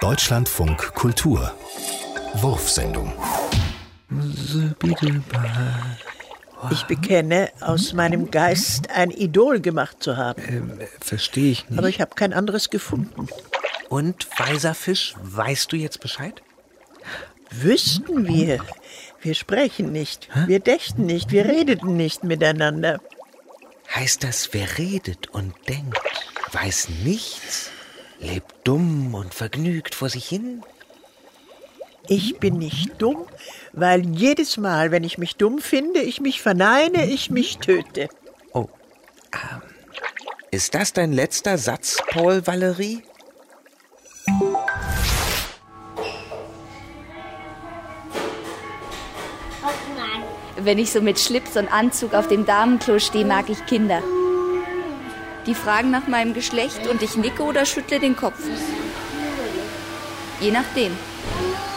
Deutschlandfunk Kultur Wurfsendung. Ich bekenne, aus meinem Geist ein Idol gemacht zu haben. Verstehe ich nicht. Aber ich habe kein anderes gefunden. Und, weiser Fisch, weißt du jetzt Bescheid? Wüssten wir. Wir sprechen nicht, wir dächten nicht, wir redeten nicht miteinander. Heißt das, wer redet und denkt, weiß nichts, lebt dumm und vergnügt vor sich hin? Ich bin nicht dumm, weil jedes Mal, wenn ich mich dumm finde, ich mich verneine, ich mich töte. Oh, ist das dein letzter Satz, Paul Valery? Wenn ich so mit Schlips und Anzug auf dem Damenklo stehe, mag ich Kinder. Die fragen nach meinem Geschlecht und ich nicke oder schüttle den Kopf. Je nachdem.